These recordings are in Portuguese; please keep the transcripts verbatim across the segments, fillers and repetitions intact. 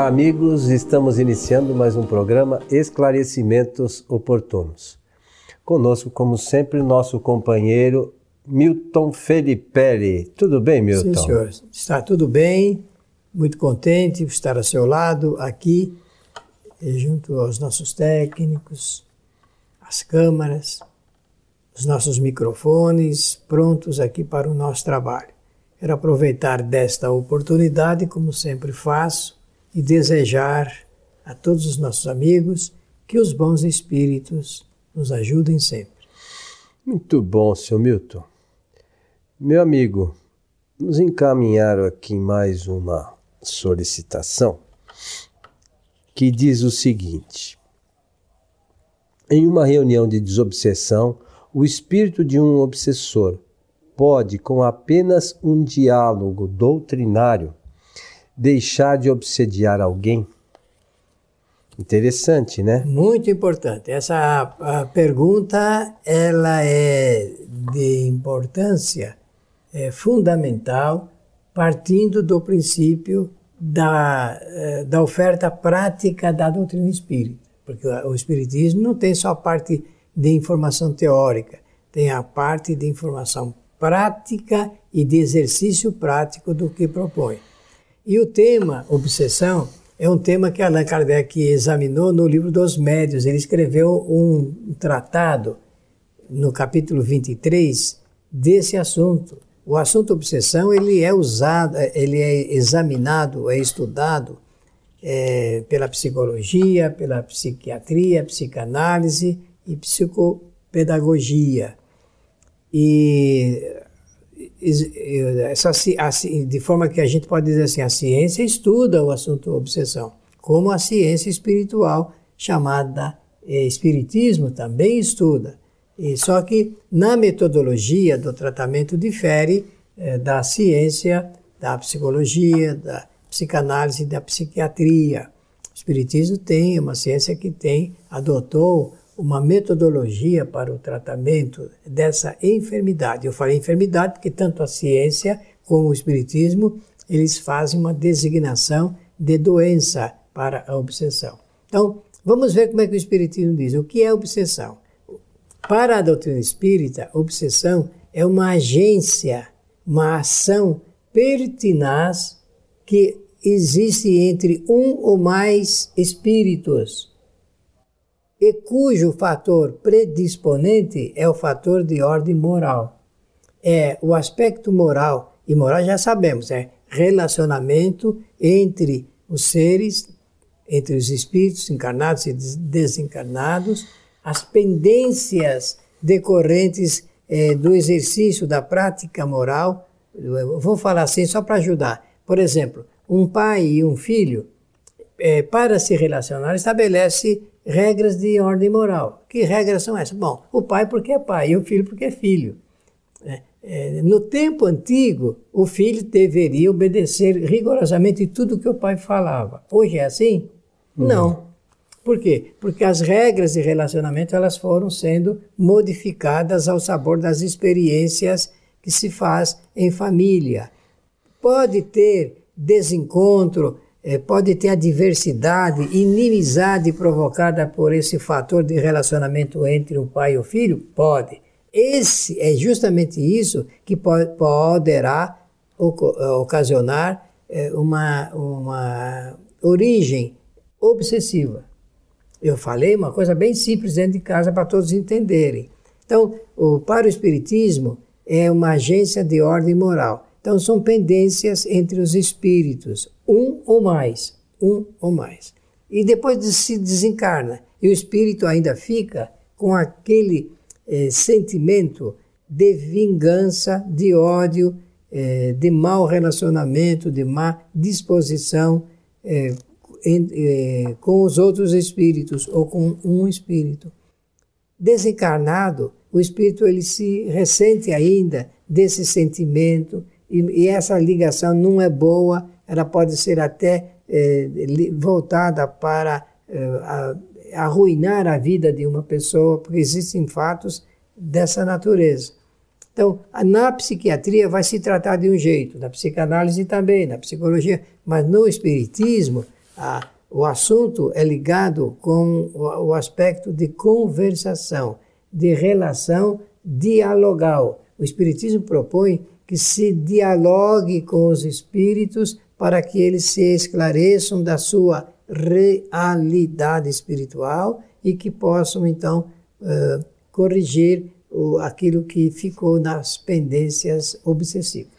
Olá, amigos, estamos iniciando mais um programa Esclarecimentos Oportunos. Conosco, como sempre, nosso companheiro Milton Felipe. Tudo bem, Milton? Sim, senhor. Está tudo bem, muito contente por estar ao seu lado aqui, junto aos nossos técnicos, as câmaras, os nossos microfones, prontos aqui para o nosso trabalho. Quero aproveitar desta oportunidade, como sempre faço, e desejar a todos os nossos amigos que os bons espíritos nos ajudem sempre. Muito bom, seu Milton. Meu amigo, nos encaminharam aqui mais uma solicitação que diz o seguinte: em uma reunião de desobsessão, o espírito de um obsessor pode, com apenas um diálogo doutrinário, deixar de obsediar alguém? Interessante, né? Muito importante. Essa a pergunta ela é de importância é, fundamental, partindo do princípio da, da oferta prática da doutrina espírita. Porque o espiritismo não tem só a parte de informação teórica, tem a parte de informação prática e de exercício prático do que propõe. E o tema obsessão é um tema que Allan Kardec examinou no livro dos Médiuns. Ele escreveu um tratado no capítulo vinte e três desse assunto. O assunto obsessão ele é usado, ele é examinado, é estudado é, pela psicologia, pela psiquiatria, psicanálise e psicopedagogia. E essa, de forma que a gente pode dizer assim, a ciência estuda o assunto obsessão, como a ciência espiritual, chamada eh, espiritismo, também estuda. E só que na metodologia do tratamento difere eh, da ciência, da psicologia, da psicanálise e da psiquiatria. O espiritismo tem uma ciência que tem, adotou uma metodologia para o tratamento dessa enfermidade. Eu falei enfermidade porque tanto a ciência como o espiritismo, eles fazem uma designação de doença para a obsessão. Então, vamos ver como é que o espiritismo diz. O que é obsessão? Para a doutrina espírita, obsessão é uma agência, uma ação pertinaz que existe entre um ou mais espíritos, e cujo fator predisponente é o fator de ordem moral. É o aspecto moral, e moral já sabemos, é relacionamento entre os seres, entre os espíritos encarnados e desencarnados, as pendências decorrentes é, do exercício da prática moral. Eu vou falar assim só para ajudar. Por exemplo, um pai e um filho, é, para se relacionar, estabelece regras de ordem moral. Que regras são essas? Bom, o pai porque é pai e o filho porque é filho. É, é, no tempo antigo, o filho deveria obedecer rigorosamente tudo que o pai falava. Hoje é assim? Uhum. Não. Por quê? Porque as regras de relacionamento elas foram sendo modificadas ao sabor das experiências que se faz em família. Pode ter desencontro, pode ter adversidade, inimizade provocada por esse fator de relacionamento entre o pai e o filho? Pode. Esse é justamente isso que poderá ocasionar uma, uma origem obsessiva. Eu falei uma coisa bem simples dentro de casa para todos entenderem. Então, o, para o espiritismo é uma agência de ordem moral. Então, são pendências entre os espíritos, um ou mais, um ou mais. E depois de se desencarna, e o espírito ainda fica com aquele eh, sentimento de vingança, de ódio, eh, de mau relacionamento, de má disposição eh, em, eh, com os outros espíritos ou com um espírito. Desencarnado, o espírito ele se ressente ainda desse sentimento, e essa ligação não é boa, ela pode ser até eh, voltada para eh, a, arruinar a vida de uma pessoa, porque existem fatos dessa natureza. Então, na psiquiatria vai se tratar de um jeito, na psicanálise também, na psicologia, mas no espiritismo a, o assunto é ligado com o, o aspecto de conversação, de relação dialogal. O Espiritismo propõe que se dialogue com os espíritos para que eles se esclareçam da sua realidade espiritual e que possam, então, uh, corrigir o, aquilo que ficou nas pendências obsessivas.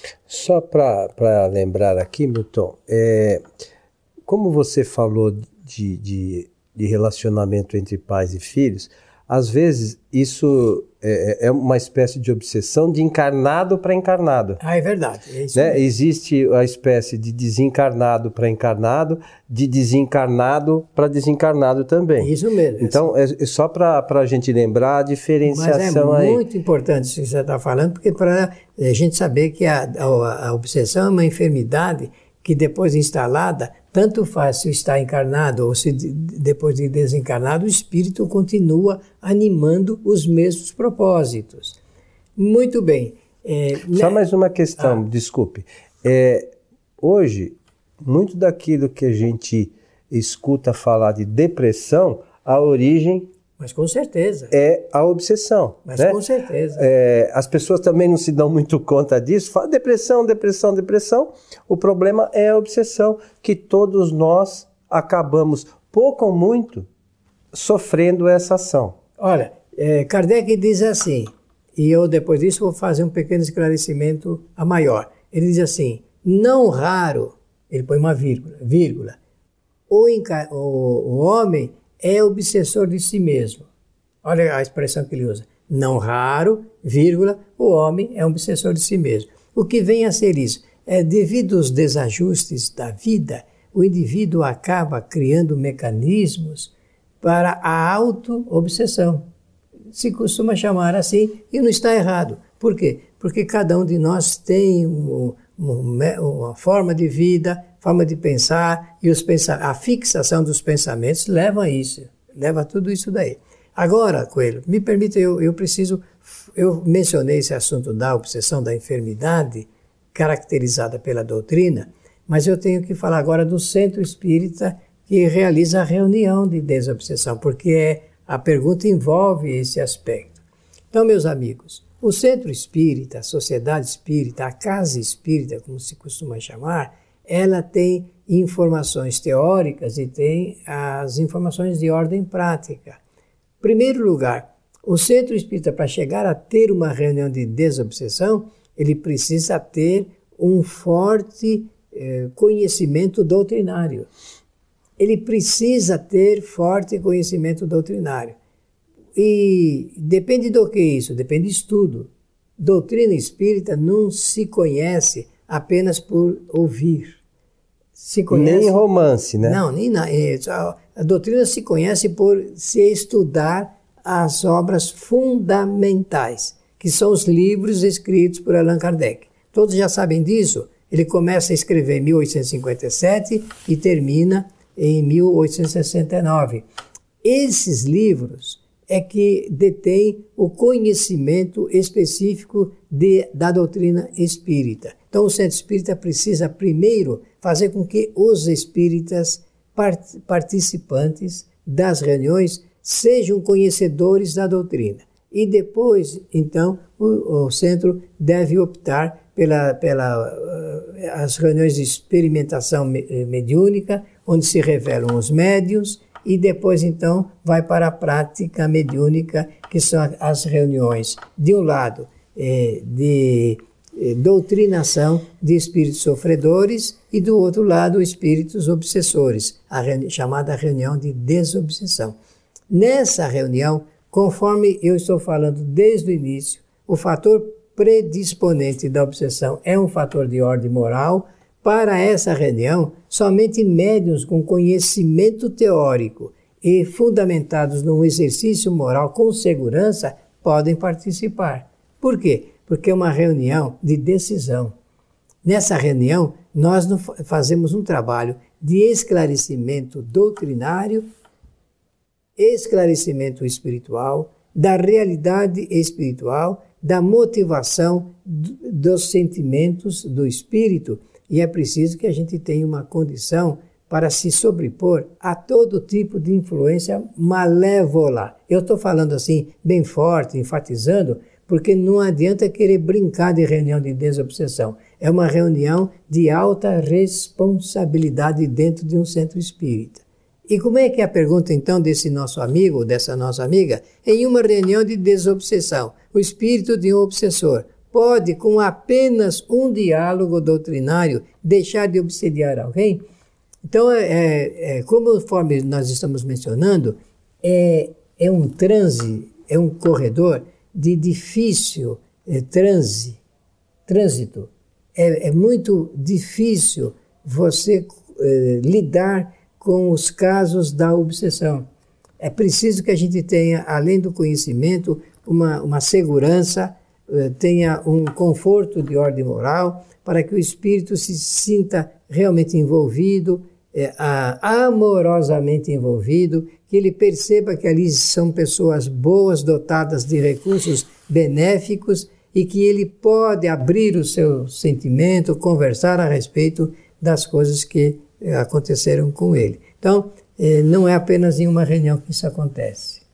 Só para lembrar aqui, Milton, é, como você falou de, de, de relacionamento entre pais e filhos, às vezes isso é, é uma espécie de obsessão de encarnado para encarnado. Ah, é verdade. É isso né? mesmo. Existe a espécie de desencarnado para encarnado, de desencarnado para desencarnado também. É isso mesmo. Então, é, é só para a gente lembrar a diferenciação aí. Mas é muito importante isso que você está falando, porque para a gente saber que a, a, a obsessão é uma enfermidade que depois instalada, tanto faz se está encarnado ou se depois de desencarnado, o espírito continua animando os mesmos propósitos. Muito bem. É, Só né? mais uma questão, ah. desculpe. É, hoje, muito daquilo que a gente escuta falar de depressão, a origem... Mas com certeza. É a obsessão. Mas né? com certeza. É, as pessoas também não se dão muito conta disso. Fala depressão, depressão, depressão. O problema é a obsessão, que todos nós acabamos, pouco ou muito, sofrendo essa ação. Olha, é, Kardec diz assim, e eu depois disso vou fazer um pequeno esclarecimento a maior. Ele diz assim, não raro, ele põe uma vírgula, vírgula o, o, o homem é obsessor de si mesmo. Olha a expressão que ele usa. Não raro, vírgula, o homem é obsessor de si mesmo. O que vem a ser isso? É devido aos desajustes da vida, o indivíduo acaba criando mecanismos para a auto-obsessão. Se costuma chamar assim e não está errado. Por quê? Porque cada um de nós tem um, um, uma forma de vida, forma de pensar, e os pensa- a fixação dos pensamentos leva a isso, leva a tudo isso daí. Agora, Coelho, me permita, eu, eu preciso, eu mencionei esse assunto da obsessão, da enfermidade, caracterizada pela doutrina, mas eu tenho que falar agora do Centro Espírita que realiza a reunião de desobsessão, porque é, a pergunta envolve esse aspecto. Então, meus amigos, o Centro Espírita, a Sociedade Espírita, a Casa Espírita, como se costuma chamar, ela tem informações teóricas e tem as informações de ordem prática. Em primeiro lugar, o Centro Espírita, para chegar a ter uma reunião de desobsessão, ele precisa ter um forte eh, conhecimento doutrinário. Ele precisa ter forte conhecimento doutrinário. E depende do que isso? Depende de estudo. Doutrina espírita não se conhece apenas por ouvir. Se conhece... Nem romance, né? Não, nem na... a doutrina se conhece por se estudar as obras fundamentais, que são os livros escritos por Allan Kardec. Todos já sabem disso. Ele começa a escrever em mil oitocentos e cinquenta e sete e termina em mil oitocentos e sessenta e nove. Esses livros é que detêm o conhecimento específico de, da doutrina espírita. Então, o Centro Espírita precisa, primeiro, fazer com que os espíritas part- participantes das reuniões sejam conhecedores da doutrina. E depois, então, o, o Centro deve optar pela, pela, uh, as reuniões de experimentação me- mediúnica, onde se revelam os médiuns, e depois, então, vai para a prática mediúnica, que são as reuniões, de um lado, eh, de eh, doutrinação de espíritos sofredores e, do outro lado, espíritos obsessores, a reuni- chamada reunião de desobsessão. Nessa reunião, conforme eu estou falando desde o início, o fator predisponente da obsessão é um fator de ordem moral. Para essa reunião, somente médiuns com conhecimento teórico e fundamentados num exercício moral com segurança podem participar. Por quê? Porque é uma reunião de decisão. Nessa reunião, nós fazemos um trabalho de esclarecimento doutrinário, esclarecimento espiritual, da realidade espiritual, da motivação dos sentimentos do espírito. E é preciso que a gente tenha uma condição para se sobrepor a todo tipo de influência malévola. Eu estou falando assim, bem forte, enfatizando, porque não adianta querer brincar de reunião de desobsessão. É uma reunião de alta responsabilidade dentro de um centro espírita. E como é que é a pergunta, então, desse nosso amigo, dessa nossa amiga? Em uma reunião de desobsessão, o espírito de um obsessor pode, com apenas um diálogo doutrinário, deixar de obsediar alguém? Então, é, é, como conforme nós estamos mencionando, é, é um transe, é um corredor de difícil é, transe, trânsito. É, é muito difícil você é, lidar com os casos da obsessão. É preciso que a gente tenha, além do conhecimento, uma, uma segurança, é, tenha um conforto de ordem moral, para que o espírito se sinta realmente envolvido, é, a, amorosamente envolvido, que ele perceba que ali são pessoas boas, dotadas de recursos benéficos, e que ele pode abrir o seu sentimento, conversar a respeito das coisas que eh, aconteceram com ele. Então, eh, não é apenas em uma reunião que isso acontece.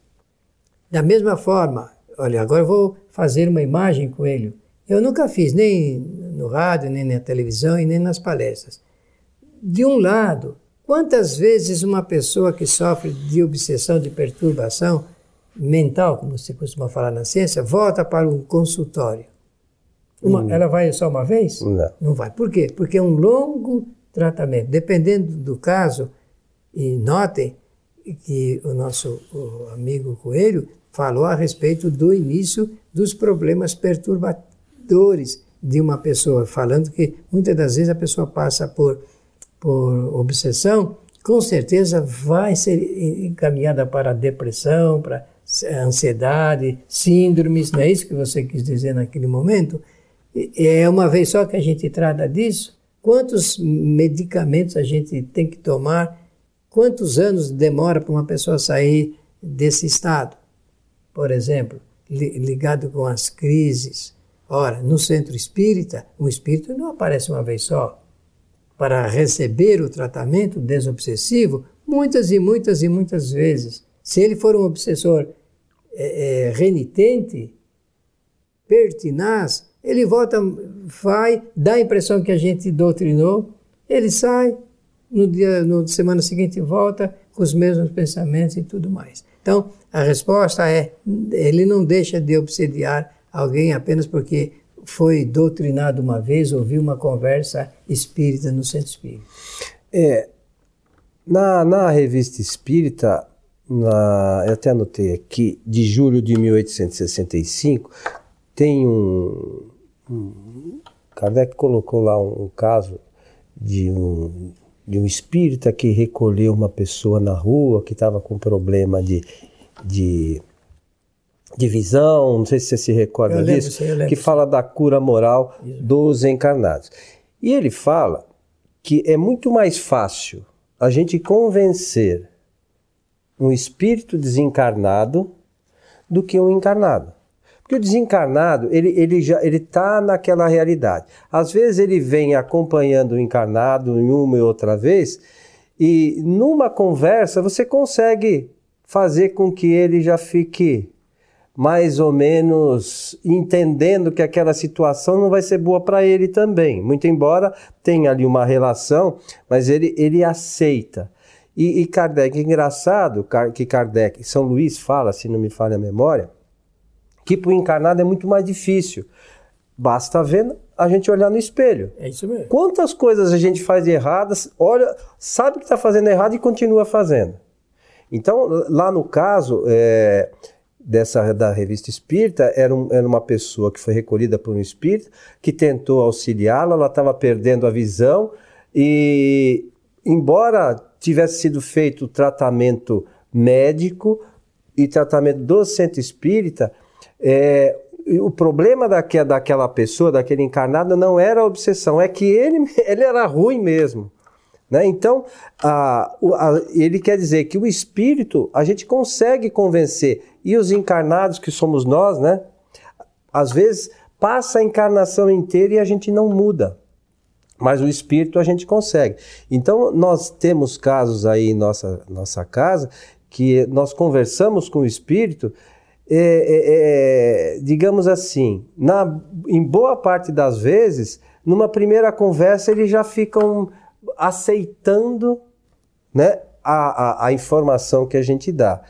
Da mesma forma, olha, agora eu vou fazer uma imagem com ele. Eu nunca fiz, nem no rádio, nem na televisão e nem nas palestras. De um lado, quantas vezes uma pessoa que sofre de obsessão, de perturbação mental, como se costuma falar na ciência, volta para um consultório? Uma, hum. Ela vai só uma vez? Não. Não vai. Por quê? Porque é um longo tratamento. Dependendo do caso, e notem que o nosso o amigo Coelho falou a respeito do início dos problemas perturbadores de uma pessoa, falando que muitas das vezes a pessoa passa por, por obsessão, com certeza vai ser encaminhada para a depressão, para a ansiedade, síndromes, não é isso que você quis dizer naquele momento? É uma vez só que a gente trata disso? Quantos medicamentos a gente tem que tomar? Quantos anos demora para uma pessoa sair desse estado? Por exemplo, ligado com as crises. Ora, no centro espírita, o espírito não aparece uma vez só. Para receber o tratamento desobsessivo, muitas e muitas e muitas vezes. Se ele for um obsessor é, é, renitente, pertinaz, ele volta, vai, dá a impressão que a gente doutrinou, ele sai, no dia, na semana seguinte volta com os mesmos pensamentos e tudo mais. Então, a resposta é, ele não deixa de obsediar alguém apenas porque foi doutrinado uma vez, ouviu uma conversa espírita no centro espírita. É, na, na revista espírita, na, eu até anotei aqui, de julho de mil oitocentos e sessenta e cinco, tem um, um... Kardec colocou lá um, um caso de um, de um espírita que recolheu uma pessoa na rua que estava com problema de... de de visão, não sei se você se recorda eu disso, lembro, que fala da cura moral Isso. dos encarnados. E ele fala que é muito mais fácil a gente convencer um espírito desencarnado do que um encarnado. Porque o desencarnado, ele, ele já ele está naquela realidade. Às vezes ele vem acompanhando o encarnado em uma e outra vez, e numa conversa você consegue fazer com que ele já fique mais ou menos entendendo que aquela situação não vai ser boa para ele também. Muito embora tenha ali uma relação, mas ele, ele aceita. E, e Kardec, engraçado que Kardec, São Luís fala, se não me falha a memória, que para o encarnado é muito mais difícil. Basta ver a gente olhar no espelho. É isso mesmo. Quantas coisas a gente faz de erradas, olha, sabe que está fazendo errado e continua fazendo. Então, lá no caso... É, dessa da revista espírita, era, um, era uma pessoa que foi recolhida por um espírito, que tentou auxiliá-la, ela estava perdendo a visão, e embora tivesse sido feito o tratamento médico e tratamento do centro espírita, é, o problema daque, daquela pessoa, daquele encarnado, não era a obsessão, é que ele, ele era ruim mesmo. Né? Então, a, a, ele quer dizer que o espírito a gente consegue convencer, e os encarnados que somos nós, né? Às vezes passa a encarnação inteira e a gente não muda. Mas o espírito a gente consegue. Então, nós temos casos aí em nossa, nossa casa que nós conversamos com o espírito, é, é, é, digamos assim, na, em boa parte das vezes, numa primeira conversa, eles já ficam aceitando, né, a, a, a informação que a gente dá.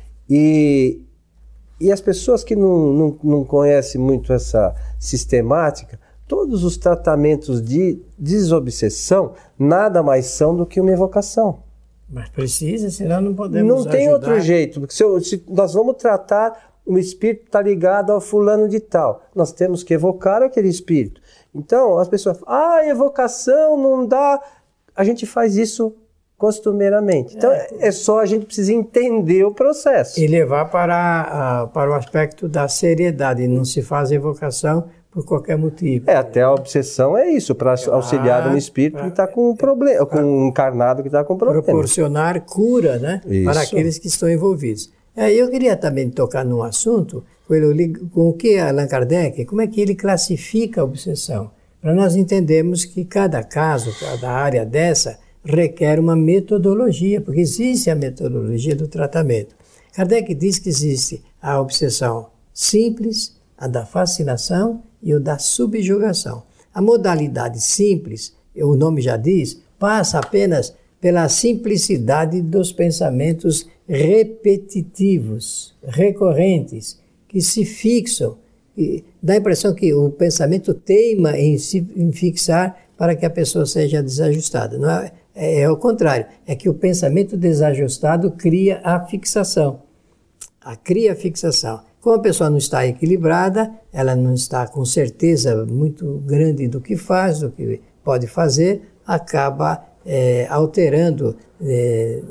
E, e as pessoas que não, não, não conhecem muito essa sistemática, todos os tratamentos de desobsessão nada mais são do que uma evocação. Mas precisa, senão não podemos Não tem ajudar. outro jeito, porque se, eu, se nós vamos tratar, o espírito está ligado ao fulano de tal, nós temos que evocar aquele espírito. Então, as pessoas falam, ah, evocação não dá, a gente faz isso costumeiramente. Então, é, é só a gente precisa entender o processo. E levar para, a, para o aspecto da seriedade, não se faz evocação por qualquer motivo. É, até a obsessão é isso, para auxiliar um espírito pra, que está com um problema, com um encarnado que está com problema. Proporcionar cura, né, para aqueles que estão envolvidos. Eu queria também tocar num assunto com o que Allan Kardec, como é que ele classifica a obsessão, para nós entendermos que cada caso, cada área dessa, requer uma metodologia, porque existe a metodologia do tratamento. Kardec diz que existe a obsessão simples, a da fascinação e o da subjugação. A modalidade simples, o nome já diz, passa apenas pela simplicidade dos pensamentos repetitivos, recorrentes, que se fixam. E dá a impressão que o pensamento teima em se em fixar para que a pessoa seja desajustada. Não é, é, é o contrário, é que o pensamento desajustado cria a fixação. A cria a fixação. Como a pessoa não está equilibrada, ela não está com certeza muito grande do que faz, do que pode fazer, acaba é, alterando é,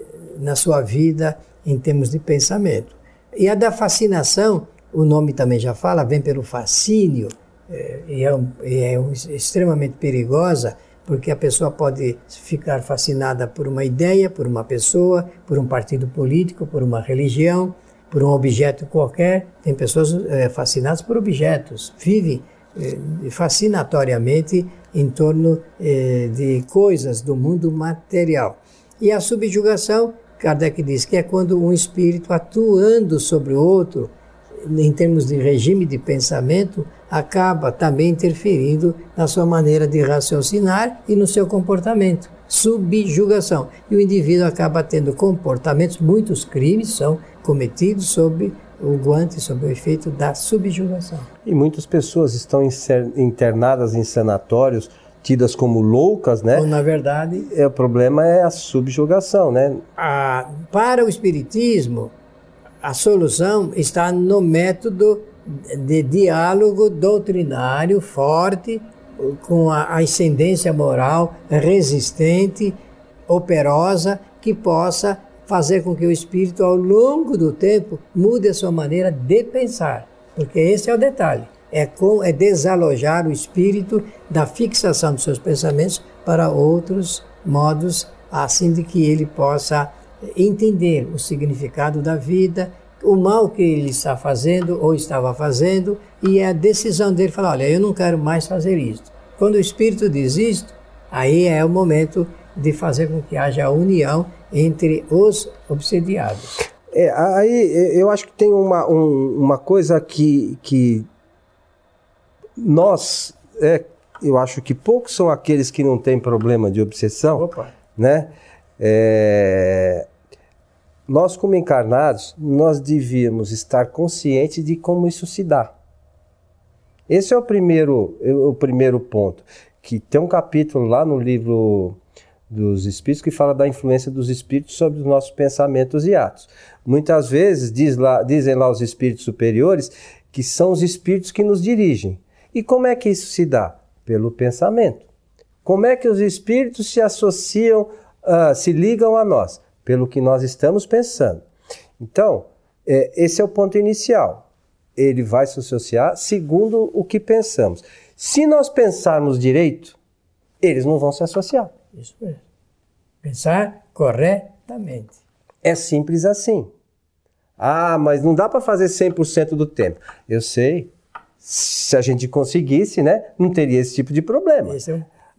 na sua vida em termos de pensamento. E a da fascinação, o nome também já fala, vem pelo fascínio, é, e é, um, é um, extremamente perigosa, porque a pessoa pode ficar fascinada por uma ideia, por uma pessoa, por um partido político, por uma religião, por um objeto qualquer. Tem pessoas é, fascinadas por objetos, vivem é, fascinatoriamente em torno é, de coisas do mundo material. E a subjugação, Kardec diz que é quando um espírito atuando sobre o outro, em termos de regime de pensamento, acaba também interferindo na sua maneira de raciocinar e no seu comportamento. Subjugação. E o indivíduo acaba tendo comportamentos, muitos crimes são cometidos sob o guante, sob o efeito da subjugação. E muitas pessoas estão internadas em sanatórios, tidas como loucas, né? Ou, na verdade... É, o problema é a subjugação, né? A, para o espiritismo, a solução está no método de diálogo doutrinário forte, com a ascendência moral resistente, operosa, que possa fazer com que o espírito, ao longo do tempo, mude a sua maneira de pensar. Porque esse é o detalhe. É, com, é desalojar o espírito da fixação dos seus pensamentos para outros modos, assim de que ele possa entender o significado da vida, o mal que ele está fazendo ou estava fazendo, e é a decisão dele falar, olha, eu não quero mais fazer isso. Quando o espírito diz isto, aí é o momento de fazer com que haja a união entre os obsediados. É, aí eu acho que tem uma, um, uma coisa que, que nós, é, eu acho que poucos são aqueles que não têm problema de obsessão. Opa. Né? É, nós como encarnados, nós devíamos estar conscientes de como isso se dá. Esse é o primeiro, o primeiro ponto, que tem um capítulo lá no livro dos Espíritos que fala da influência dos Espíritos sobre os nossos pensamentos e atos. Muitas vezes diz lá, dizem lá os Espíritos superiores que são os Espíritos que nos dirigem. E como é que isso se dá? Pelo pensamento. Como é que os Espíritos se associam, uh, se ligam a nós? Pelo que nós estamos pensando. Então, é, esse é o ponto inicial. Ele vai se associar segundo o que pensamos. Se nós pensarmos direito, eles não vão se associar. Isso mesmo. Pensar corretamente. É simples assim. Ah, mas não dá para fazer cem por cento do tempo. Eu sei. Se a gente conseguisse, né, não teria esse tipo de problema. Esse é um,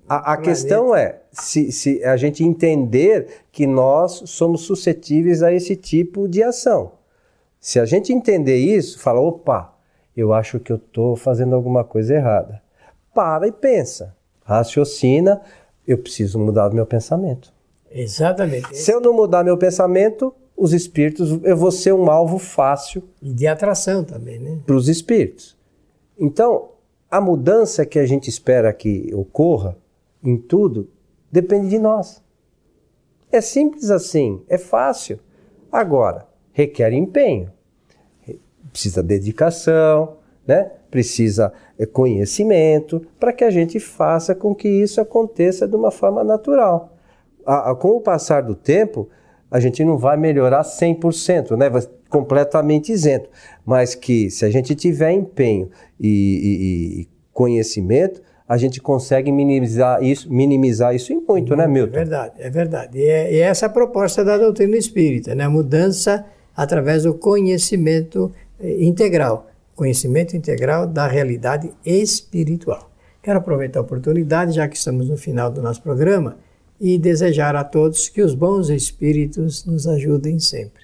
A, a questão é, se, se a gente entender que nós somos suscetíveis a esse tipo de ação. Se a gente entender isso, fala, opa, eu acho que eu estou fazendo alguma coisa errada. Para e pensa, raciocina, eu preciso mudar o meu pensamento. Exatamente. Se eu não mudar meu pensamento, os espíritos, eu vou ser um alvo fácil. E de atração também, né? Para os espíritos. Então, a mudança que a gente espera que ocorra em tudo depende de nós. É simples assim, é fácil. Agora, requer empenho, precisa dedicação, né? Precisa conhecimento para que a gente faça com que isso aconteça de uma forma natural. A, a, com o passar do tempo, a gente não vai melhorar cem por cento, né? Vai completamente isento, mas que se a gente tiver empenho e, e, e conhecimento, a gente consegue minimizar isso, minimizar isso em muito, né, Milton? É verdade, é verdade. E é, e essa é a proposta da doutrina espírita, né? A mudança através do conhecimento integral, conhecimento integral da realidade espiritual. Quero aproveitar a oportunidade, já que estamos no final do nosso programa, e desejar a todos que os bons espíritos nos ajudem sempre.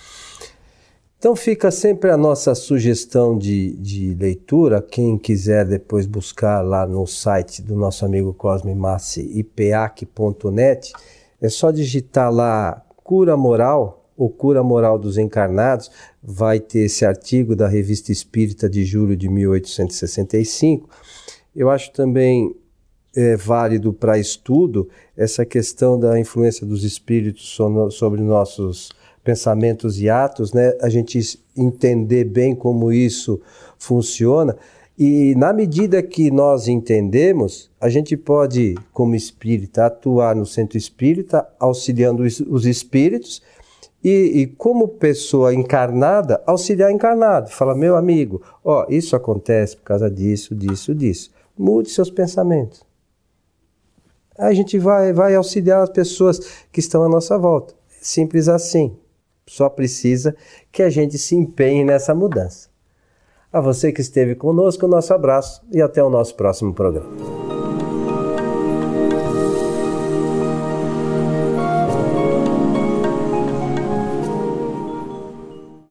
Então fica sempre a nossa sugestão de, de leitura. Quem quiser depois buscar lá no site do nosso amigo Cosme Massi, i p a c ponto net, é só digitar lá Cura Moral ou Cura Moral dos Encarnados, vai ter esse artigo da Revista Espírita de julho de mil oitocentos e sessenta e cinco. Eu acho também é válido para estudo essa questão da influência dos espíritos sobre nossos pensamentos e atos, né? A gente entender bem como isso funciona e na medida que nós entendemos, a gente pode, como espírita, atuar no centro espírita, auxiliando os espíritos e, e como pessoa encarnada, auxiliar encarnado. Fala, meu amigo, ó, isso acontece por causa disso, disso, disso. Mude seus pensamentos. A gente vai, vai auxiliar as pessoas que estão à nossa volta. Simples assim. Só precisa que a gente se empenhe nessa mudança. A você que esteve conosco, nosso abraço e até o nosso próximo programa.